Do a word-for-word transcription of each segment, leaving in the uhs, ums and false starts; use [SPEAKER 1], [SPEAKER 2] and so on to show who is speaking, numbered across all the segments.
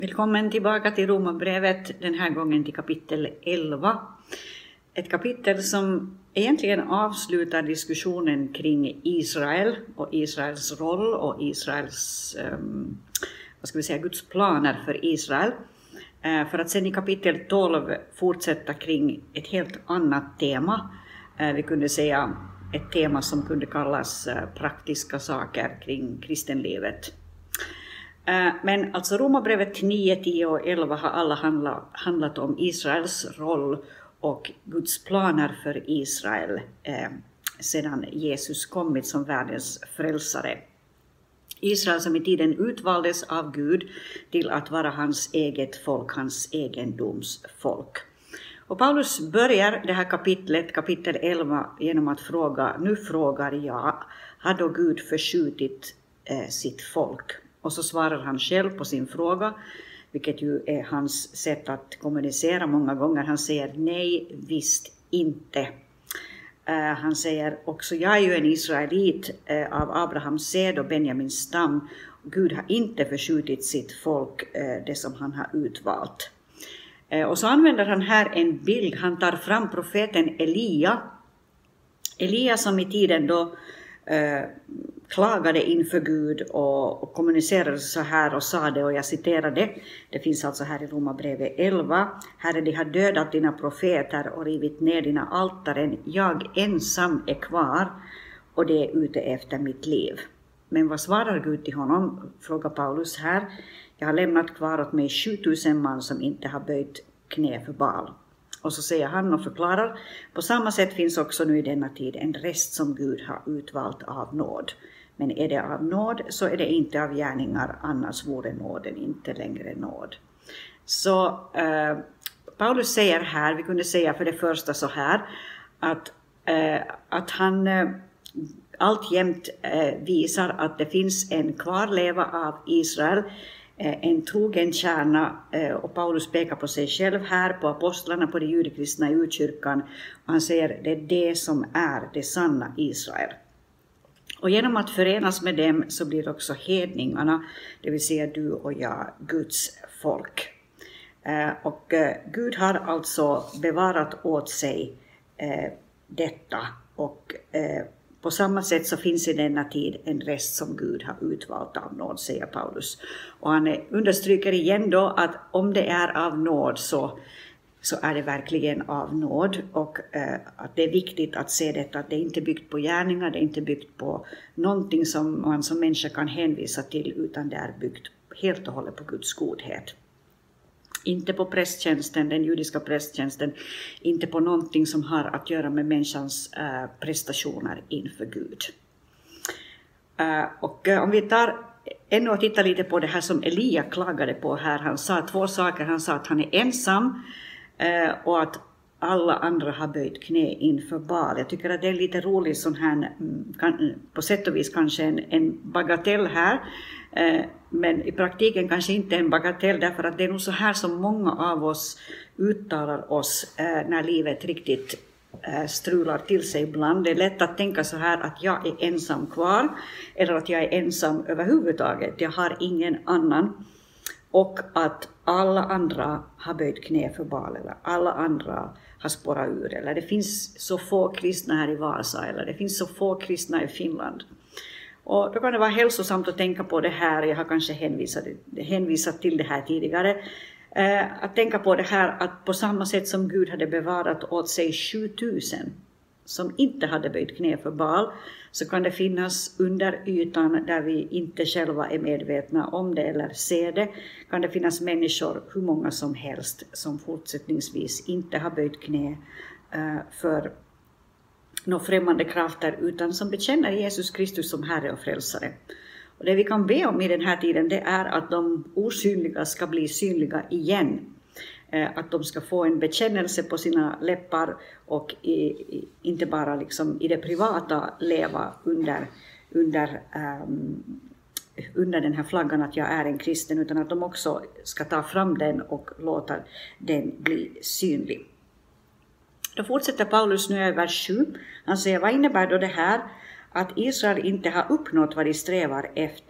[SPEAKER 1] Välkommen tillbaka till Romarbrevet, den här gången till kapitel elva. Ett kapitel som egentligen avslutar diskussionen kring Israel och Israels roll och Israels, um, vad ska vi säga, Guds planer för Israel. Uh, för att sen i kapitel tolv fortsätta kring ett helt annat tema. Uh, vi kunde säga ett tema som kunde kallas uh, praktiska saker kring kristenlivet. Men alltså Romarbrevet nio, tio och elva har alla handlat, handlat om Israels roll och Guds planer för Israel eh, sedan Jesus kommit som världens frälsare. Israel som i tiden utvaldes av Gud till att vara hans eget folk, hans egendomsfolk. Och Paulus börjar det här kapitlet, kapitel elva, genom att fråga, nu frågar jag, har då Gud förskjutit eh, sitt folk? Och så svarar han själv på sin fråga, vilket ju är hans sätt att kommunicera många gånger. Han säger nej, visst inte. Uh, han säger också, jag är ju en israelit uh, av Abrahams sed och Benjamins stam. Gud har inte förskjutit sitt folk, uh, det som han har utvalt. Uh, och så använder han här en bild. Han tar fram profeten Elia. Elia som i tiden då uh, klagade inför Gud och, och kommunicerade så här och sa det, och jag citerade, det finns alltså här i Romarbrevet elva, Herre, de har dödat dina profeter och rivit ner dina altaren, jag ensam är kvar och det är ute efter mitt liv. Men vad svarar Gud till honom, frågar Paulus här, jag har lämnat kvar åt mig sjutusen man som inte har böjt knä för Baal. Och så säger han och förklarar, på samma sätt finns också nu i denna tid en rest som Gud har utvalt av nåd. Men är det av nåd så är det inte av gärningar, annars vore nåden inte längre nåd. Så eh, Paulus säger här, vi kunde säga för det första så här, att, eh, att han eh, alltjämt eh, visar att det finns en kvarleva av Israel, eh, en trogen kärna, eh, och Paulus pekar på sig själv här, på apostlarna, på de judekristna i urkyrkan, och han säger det är det som är det sanna Israel. Och genom att förenas med dem så blir också hedningarna, det vill säga du och jag, Guds folk. Eh, och eh, Gud har alltså bevarat åt sig eh, detta. Och eh, på samma sätt så finns i denna tid en rest som Gud har utvalt av nåd, säger Paulus. Och han eh, understryker igen då att om det är av nåd så... så är det verkligen av nåd, och eh, att det är viktigt att se detta, att det är inte byggt på gärningar, det är inte byggt på någonting som man som människa kan hänvisa till, utan det är byggt helt och hållet på Guds godhet. Inte på prästtjänsten, den judiska prästtjänsten, inte på någonting som har att göra med människans eh, prestationer inför Gud. Eh, och eh, om vi tar ännu och tittar lite på det här som Elia klagade på här, han sa två saker, han sa att han är ensam, Uh, och att alla andra har böjt knä inför Baal. Jag tycker att det är lite roligt sån här, kan, på sätt och vis kanske en, en bagatell här, uh, men i praktiken kanske inte en bagatell, därför att det är nog så här som många av oss uttalar oss uh, när livet riktigt uh, strular till sig ibland. Det är lätt att tänka så här att jag är ensam kvar, eller att jag är ensam överhuvudtaget, jag har ingen annan. Och att alla andra har böjt knä för Baal, eller alla andra har spårat ur, eller det finns så få kristna här i Vasa, eller det finns så få kristna i Finland. Och då kan det vara hälsosamt att tänka på det här, jag har kanske hänvisat, hänvisat till det här tidigare, eh, att tänka på det här att på samma sätt som Gud hade bevarat åt sig sjutusen som inte hade böjt knä för Baal, så kan det finnas under ytan där vi inte själva är medvetna om det eller ser det, kan det finnas människor, hur många som helst, som fortsättningsvis inte har böjt knä uh, för några främmande krafter, utan som bekänner Jesus Kristus som Herre och Frälsare. Och det vi kan be om i den här tiden, det är att de osynliga ska bli synliga igen. Att de ska få en bekännelse på sina läppar och i, i, inte bara liksom i det privata leva under, under, um, under den här flaggan att jag är en kristen, utan att de också ska ta fram den och låta den bli synlig. Då fortsätter Paulus nu i vers sju. Han säger, vad innebär då det här att Israel inte har uppnått vad de strävar efter?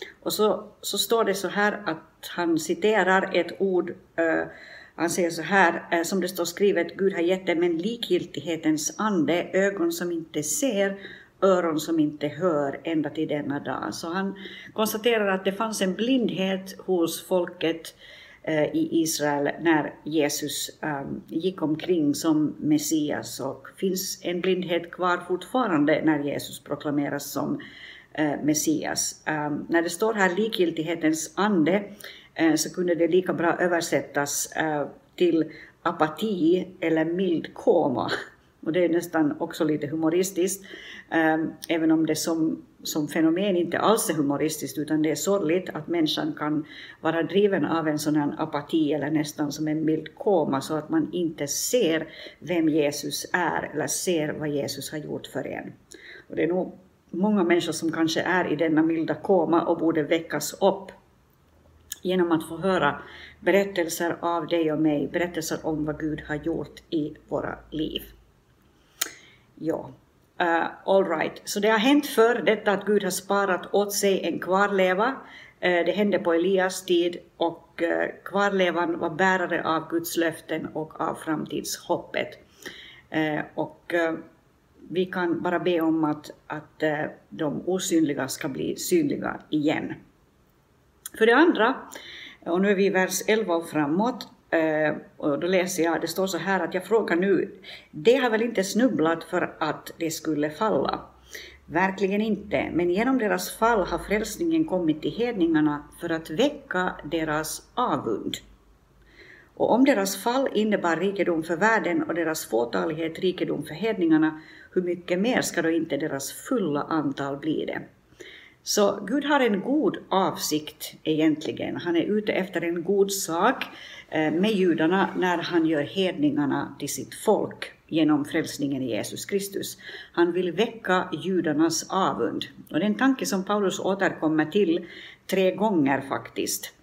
[SPEAKER 1] Och så, så står det så här att han citerar ett ord, uh, han säger så här, uh, som det står skrivet, Gud har gett dem en likgiltighetens ande, ögon som inte ser, öron som inte hör ända till denna dag. Så han konstaterar att det fanns en blindhet hos folket uh, i Israel när Jesus um, gick omkring som Messias, och finns en blindhet kvar fortfarande när Jesus proklameras som Messias. Um, när det står här likgiltighetens ande uh, så kunde det lika bra översättas uh, till apati eller mild koma. Och det är nästan också lite humoristiskt, um, även om det som, som fenomen inte alls är humoristiskt, utan det är sorgligt att människan kan vara driven av en sån här apati eller nästan som en mild koma, så att man inte ser vem Jesus är eller ser vad Jesus har gjort för en. Och det är nog många människor som kanske är i denna milda koma och borde väckas upp genom att få höra berättelser av dig och mig, berättelser om vad Gud har gjort i våra liv. Ja, uh, all right. Så det har hänt för detta att Gud har sparat åt sig en kvarleva. Uh, det hände på Elias tid, och uh, kvarlevan var bärare av Guds löften och av framtidshoppet. Uh, och uh, Vi kan bara be om att, att de osynliga ska bli synliga igen. För det andra, och nu är vi i vers elva och framåt, och då läser jag, det står så här att jag frågar nu, det har väl inte snubblat för att det skulle falla? Verkligen inte, men genom deras fall har frälsningen kommit till hedningarna för att väcka deras avund. Och om deras fall innebar rikedom för världen och deras fåtalighet rikedom för hedningarna, hur mycket mer ska då inte deras fulla antal bli det? Så Gud har en god avsikt egentligen. Han är ute efter en god sak med judarna när han gör hedningarna till sitt folk genom frälsningen i Jesus Kristus. Han vill väcka judarnas avund. Och det är en tanke som Paulus återkommer till tre gånger faktiskt.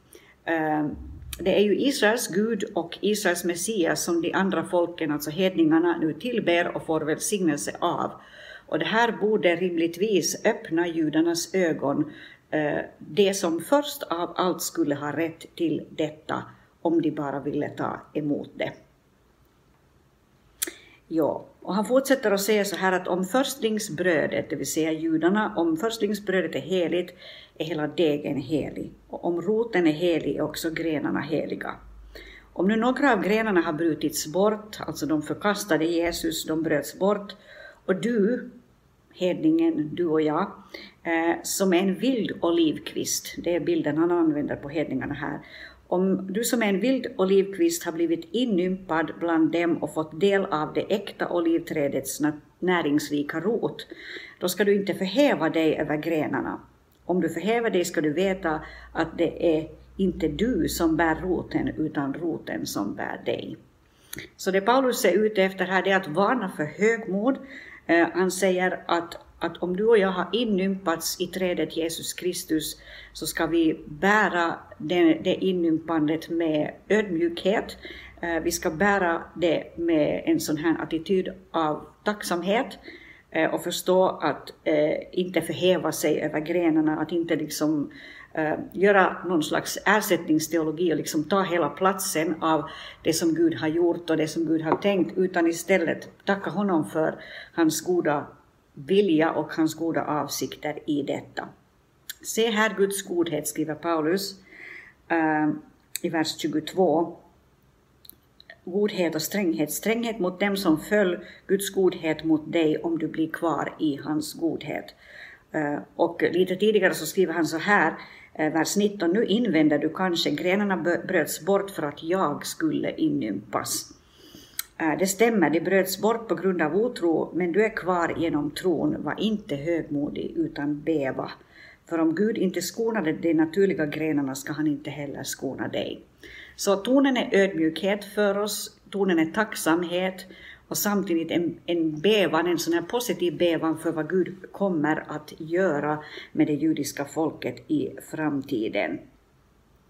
[SPEAKER 1] Det är ju Israels Gud och Israels Messias som de andra folken, alltså hedningarna, nu tillber och får välsignelse av. Och det här borde rimligtvis öppna judarnas ögon, det som först av allt skulle ha rätt till detta, om de bara ville ta emot det. Ja, och han fortsätter att säga så här att om förstlingsbrödet, det vill säga judarna, om förstlingsbrödet är heligt är hela degen helig. Och om roten är helig är också grenarna heliga. Om nu några av grenarna har brutits bort, alltså de förkastade Jesus, de bröts bort, och du, hedningen, du och jag, eh, som är en vild olivkvist, det är bilden han använder på hedningarna här. Om du som är en vild olivkvist har blivit inympad bland dem och fått del av det äkta olivträdets näringsrika rot, då ska du inte förhäva dig över grenarna. Om du förhäver dig ska du veta att det är inte du som bär roten, utan roten som bär dig. Så det Paulus är ute efter här är att varna för högmod. Eh, han säger att, att om du och jag har inympats i trädet Jesus Kristus, så ska vi bära det, det inympandet med ödmjukhet. Eh, vi ska bära det med en sån här attityd av tacksamhet. Och förstå att eh, inte förhäva sig över grenarna, att inte liksom eh, göra någon slags ersättningsteologi och liksom ta hela platsen av det som Gud har gjort och det som Gud har tänkt, utan istället tacka honom för hans goda vilja och hans goda avsikter i detta. Se här Guds godhet, skriver Paulus eh, i vers tjugotvå. Godhet och stränghet. Stränghet mot dem som föll, Guds godhet mot dig om du blir kvar i hans godhet. Och lite tidigare så skriver han så här, vers nitton. Nu invänder du kanske, grenarna bröts bort för att jag skulle inympas. Det stämmer, det bröts bort på grund av otro, men du är kvar genom tron. Var inte högmodig utan bäva. För om Gud inte skonade de naturliga grenarna ska han inte heller skona dig. Så tonen är ödmjukhet för oss, tonen är tacksamhet och samtidigt en, en bävan, en sån här positiv bävan för vad Gud kommer att göra med det judiska folket i framtiden.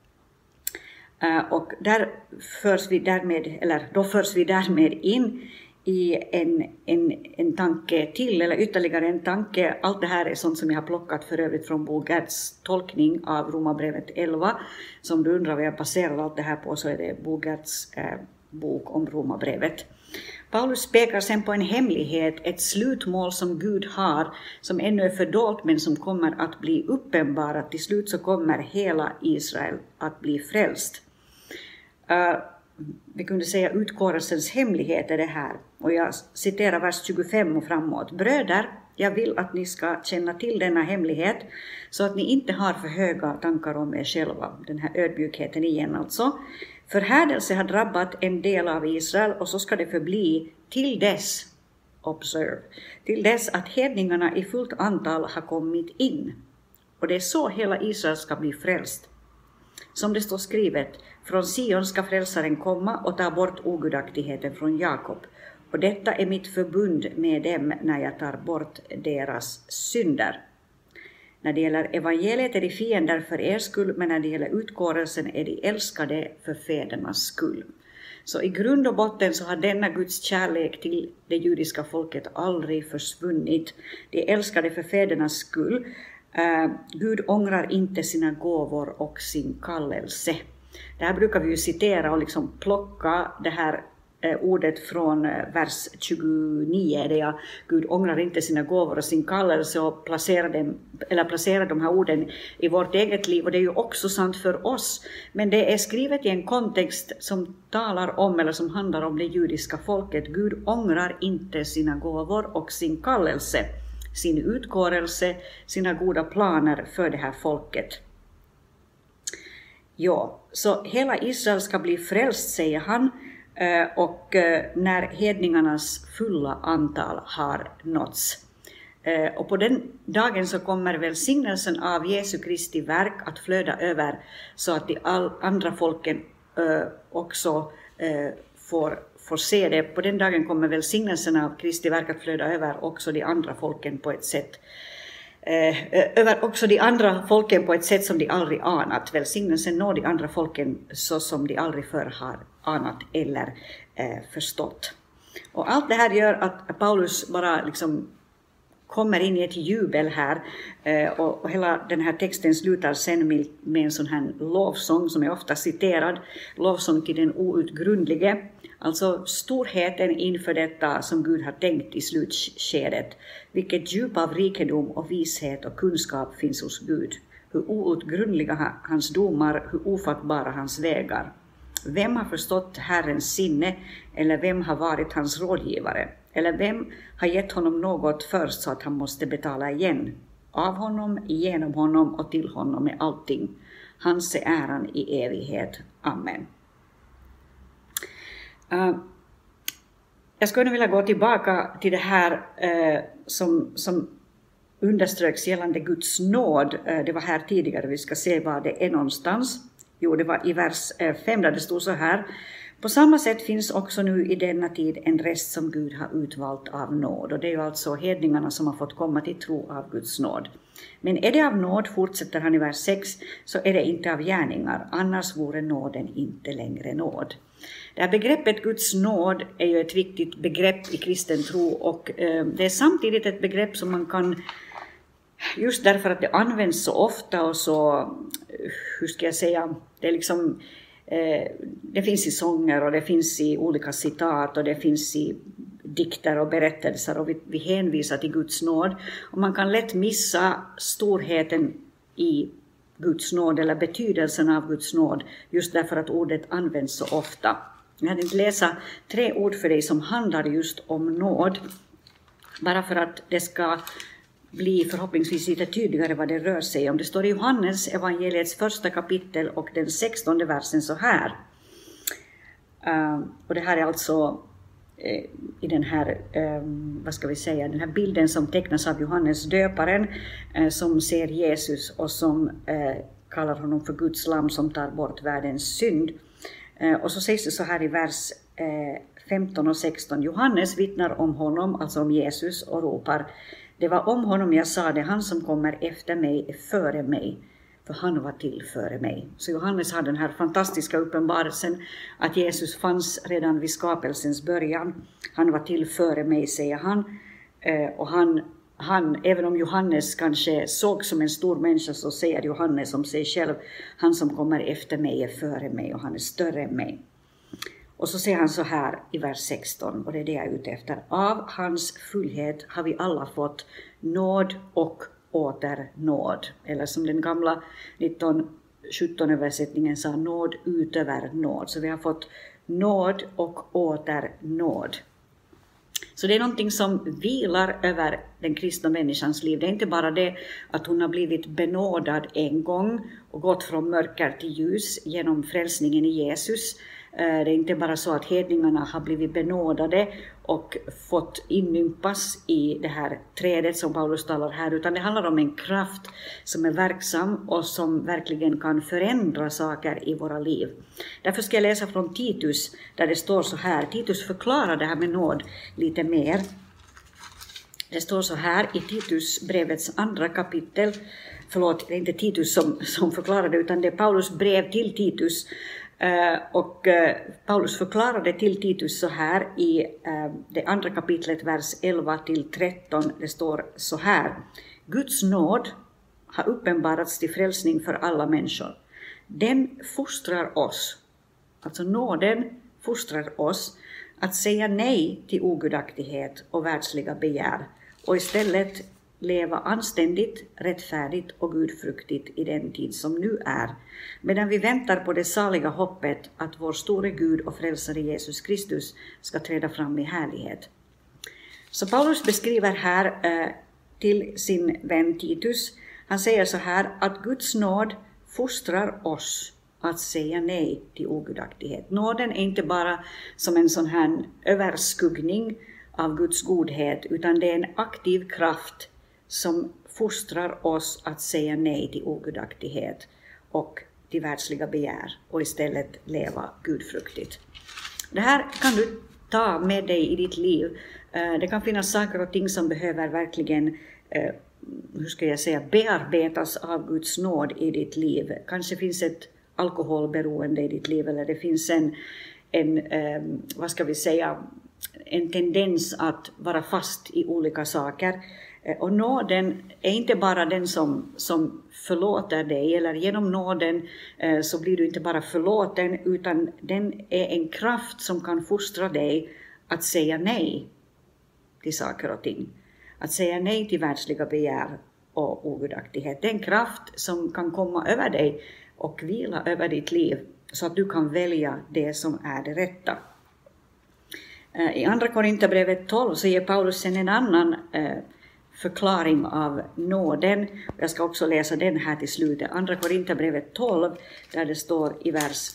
[SPEAKER 1] Uh, och där förs vi därmed, eller då förs vi därmed in i en, en, en tanke till, eller ytterligare en tanke. Allt det här är sånt som jag har plockat för övrigt från Bo Gerts tolkning av Romarbrevet elva. Som du undrar vad jag baserar allt det här på, så är det Bo Gerts eh, bok om Romarbrevet. Paulus pekar sen på en hemlighet, ett slutmål som Gud har, som ännu är fördolt men som kommer att bli uppenbarat. Till slut så kommer hela Israel att bli frälst. Uh, vi kunde säga utkårelsens hemlighet är det här. Och jag citerar vers tjugofem och framåt. Bröder, jag vill att ni ska känna till denna hemlighet så att ni inte har för höga tankar om er själva. Den här ödmjukheten igen alltså. Förhärdelse har drabbat en del av Israel och så ska det förbli till dess, observe, till dess att hedningarna i fullt antal har kommit in. Och det är så hela Israel ska bli frälst. Som det står skrivet, från Sion ska frälsaren komma och ta bort ogudaktigheten från Jakob. Och detta är mitt förbund med dem när jag tar bort deras synder. När det gäller evangeliet är de fiender för er skull, men när det gäller utkårelsen är de älskade för fädernas skull. Så i grund och botten så har denna Guds kärlek till det judiska folket aldrig försvunnit. De älskade för fädernas skull. Uh, Gud ångrar inte sina gåvor och sin kallelse. Det här brukar vi ju citera och liksom plocka det här uh, ordet från uh, vers tjugonio. Där jag, Gud ångrar inte sina gåvor och sin kallelse och placerar, dem, eller placerar de här orden i vårt eget liv. Och det är ju också sant för oss. Men det är skrivet i en kontext som talar om eller som handlar om det judiska folket. Gud ångrar inte sina gåvor och sin kallelse, sin utkårelse, sina goda planer för det här folket. Ja, så hela Israel ska bli frälst, säger han, och när hedningarnas fulla antal har nåtts. Och på den dagen så kommer välsignelsen av Jesu Kristi verk att flöda över så att de andra folken också får får se det. På den dagen kommer välsignelsen av Kristi verk att flöda över också de andra folken på ett sätt. Eh, över också de andra folken på ett sätt som de aldrig anat. Välsignelsen når de andra folken så som de aldrig förr har anat eller eh, förstått. Och allt det här gör att Paulus bara liksom kommer in i ett jubel här, eh, och, och hela den här texten slutar sen med, med en sån här lovsång som är ofta citerad. Lovsång till den outgrundlige. Alltså storheten inför detta som Gud har tänkt i slutskedet. Vilket djup av rikedom och vishet och kunskap finns hos Gud. Hur outgrundliga hans domar, hur ofattbara hans vägar. Vem har förstått Herrens sinne, eller vem har varit hans rådgivare? Eller vem har gett honom något först så att han måste betala igen? Av honom, genom honom och till honom är allting. Hans är äran i evighet. Amen. Uh, jag skulle vilja gå tillbaka till det här uh, som, som underströks gällande Guds nåd. Uh, det var här tidigare, vi ska se var det är någonstans. Jo, det var i vers fem där det stod så här. På samma sätt finns också nu i denna tid en rest som Gud har utvalt av nåd. Och det är ju alltså hedningarna som har fått komma till tro av Guds nåd. Men är det av nåd, fortsätter han i vers sex, så är det inte av gärningar. Annars vore nåden inte längre nåd. Det här begreppet Guds nåd är ju ett viktigt begrepp i kristen tro. Och eh, det är samtidigt ett begrepp som man kan, just därför att det används så ofta och så, hur ska jag säga, det är liksom, eh, det finns i sånger och det finns i olika citat och det finns i dikter och berättelser och vi, vi hänvisar till Guds nåd. Och man kan lätt missa storheten i Guds nåd eller betydelsen av Guds nåd just därför att ordet används så ofta. Jag hade inte läsa tre ord för dig som handlar just om nåd, bara för att det ska bli förhoppningsvis lite tydligare vad det rör sig om. Det står i Johannes evangeliets första kapitel och den sextonde versen så här. Uh, och det här är alltså uh, i den här, uh, vad ska vi säga, den här bilden som tecknas av Johannes döparen uh, som ser Jesus och som uh, kallar honom för Guds lamm som tar bort världens synd. Uh, och så sägs det så här i vers uh, femton och sexton. Johannes vittnar om honom, alltså om Jesus, och ropar: det var om honom jag sa det, han som kommer efter mig är före mig, för han var till före mig. Så Johannes har den här fantastiska uppenbarelsen att Jesus fanns redan vid skapelsens början. Han var till före mig, säger han. Och han, han, även om Johannes kanske såg som en stor människa, så säger Johannes om sig själv: han som kommer efter mig är före mig och han är större än mig. Och så säger han så här i vers sexton, och det är det jag är ute efter. Av hans fullhet har vi alla fått nåd och åter nåd. Eller som den gamla nitton sjutton översättningen sa, nåd utöver nåd. Så vi har fått nåd och åter nåd. Så det är någonting som vilar över den kristna människans liv. Det är inte bara det att hon har blivit benådad en gång och gått från mörker till ljus genom frälsningen i Jesus. Det är inte bara så att hedningarna har blivit benådade och fått inympas i det här trädet som Paulus talar här, utan det handlar om en kraft som är verksam och som verkligen kan förändra saker i våra liv. Därför ska jag läsa från Titus, där det står så här. Titus förklarar det här med nåd lite mer. Det står så här i Titus brevets andra kapitel. Förlåt, det är inte Titus som, som förklarar det, utan det är Paulus brev till Titus. Uh, och uh, Paulus förklarade till Titus så här i uh, det andra kapitlet, vers elva till tretton. Det står så här: Guds nåd har uppenbarats till frälsning för alla människor. Den fostrar oss, alltså nåden fostrar oss att säga nej till ogudaktighet och världsliga begär och istället leva anständigt, rättfärdigt och gudfruktigt i den tid som nu är, medan vi väntar på det saliga hoppet att vår store Gud och frälsare Jesus Kristus ska träda fram i härlighet. Så Paulus beskriver här eh, till sin vän Titus, han säger så här att Guds nåd fostrar oss att säga nej till ogudaktighet. Nåden är inte bara som en sån här överskuggning av Guds godhet, utan det är en aktiv kraft som fostrar oss att säga nej till ogudaktighet och till världsliga begär och istället leva gudfruktigt. Det här kan du ta med dig i ditt liv. Det kan finnas saker och ting som behöver verkligen, hur ska jag säga, bearbetas av Guds nåd i ditt liv. Kanske finns ett alkoholberoende i ditt liv, eller det finns en, en vad ska vi säga, en tendens att vara fast i olika saker. Och nåden är inte bara den som, som förlåter dig, eller genom nåden eh, så blir du inte bara förlåten, utan den är en kraft som kan fostra dig att säga nej till saker och ting. Att säga nej till världsliga begär och ogudaktighet. Det är en kraft som kan komma över dig och vila över ditt liv så att du kan välja det som är det rätta. Eh, I andra Korinthierbrevet tolv så ger Paulus en annan eh, förklaring av nåden. Jag ska också läsa den här till slutet. Andra Korinthierbrevet tolv, där det står i vers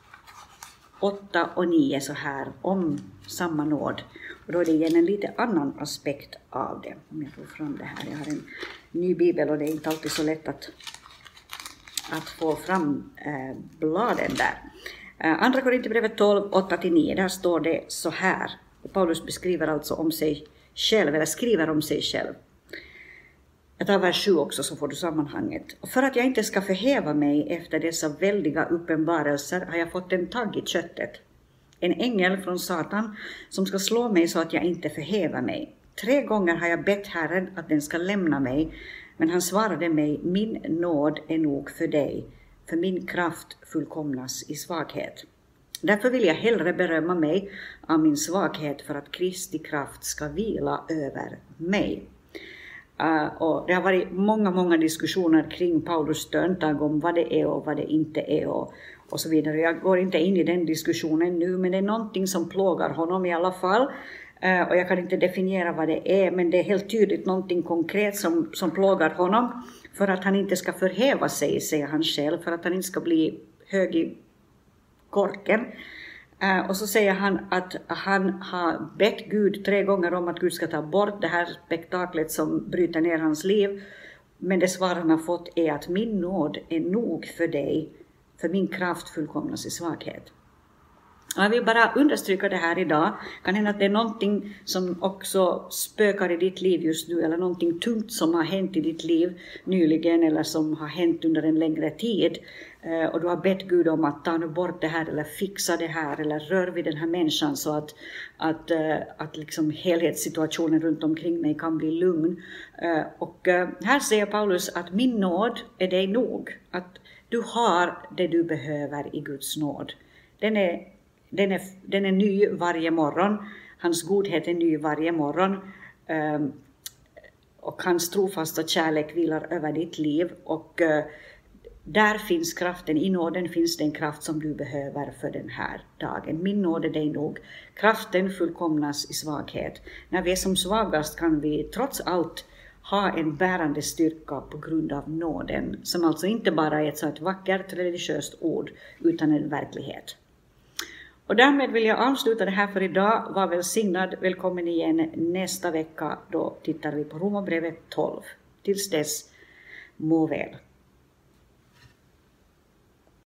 [SPEAKER 1] åtta och nio så här om samma nåd. Och då är det igen en lite annan aspekt av det. Om jag får fram det här. Jag har en ny bibel och det är inte alltid så lätt att, att få fram eh, bladen där. Eh, Andra Korinthierbrevet tolv, åtta till nio, där står det så här. Paulus beskriver alltså om sig själv, eller skriver om sig själv. Jag tar vers sju också så får du sammanhanget. Och för att jag inte ska förhäva mig efter dessa väldiga uppenbarelser har jag fått en tagg i köttet. En ängel från Satan som ska slå mig så att jag inte förhäver mig. Tre gånger har jag bett Herren att den ska lämna mig, men han svarade mig: min nåd är nog för dig, för min kraft fullkomnas i svaghet. Därför vill jag hellre berömma mig av min svaghet för att Kristi kraft ska vila över mig. Uh, och det har varit många, många diskussioner kring Paulus stöntag om vad det är och vad det inte är och, och så vidare. Jag går inte in i den diskussionen nu, men det är någonting som plågar honom i alla fall. Uh, och jag kan inte definiera vad det är, men det är helt tydligt någonting konkret som, som plågar honom. För att han inte ska förhäva sig, säger han själv, för att han inte ska bli hög i korken. Uh, och så säger han att han har bett Gud tre gånger om att Gud ska ta bort det här spektaklet som bryter ner hans liv. Men det svar han har fått är att min nåd är nog för dig, för min kraft fullkomnas i svaghet. Jag vill bara understryka det här idag. Kan hända att det är någonting som också spökar i ditt liv just nu, eller någonting tungt som har hänt i ditt liv nyligen eller som har hänt under en längre tid. Och du har bett Gud om att ta nu bort det här eller fixa det här eller rör vid den här människan så att, att, att liksom helhetssituationen runt omkring mig kan bli lugn. Och här säger Paulus att min nåd är dig nog. Att du har det du behöver i Guds nåd. Den är, den är, den är ny varje morgon. Hans godhet är ny varje morgon. Och hans trofasta kärlek vilar över ditt liv. Och där finns kraften, i nåden finns den kraft som du behöver för den här dagen. Min nåd är dig nog. Kraften fullkomnas i svaghet. När vi är som svagast kan vi trots allt ha en bärande styrka på grund av nåden. Som alltså inte bara är ett så ett vackert religiöst ord utan en verklighet. Och därmed vill jag avsluta det här för idag. Var välsignad, välkommen igen nästa vecka. Då tittar vi på Romarbrevet tolv. Tills dess, må väl.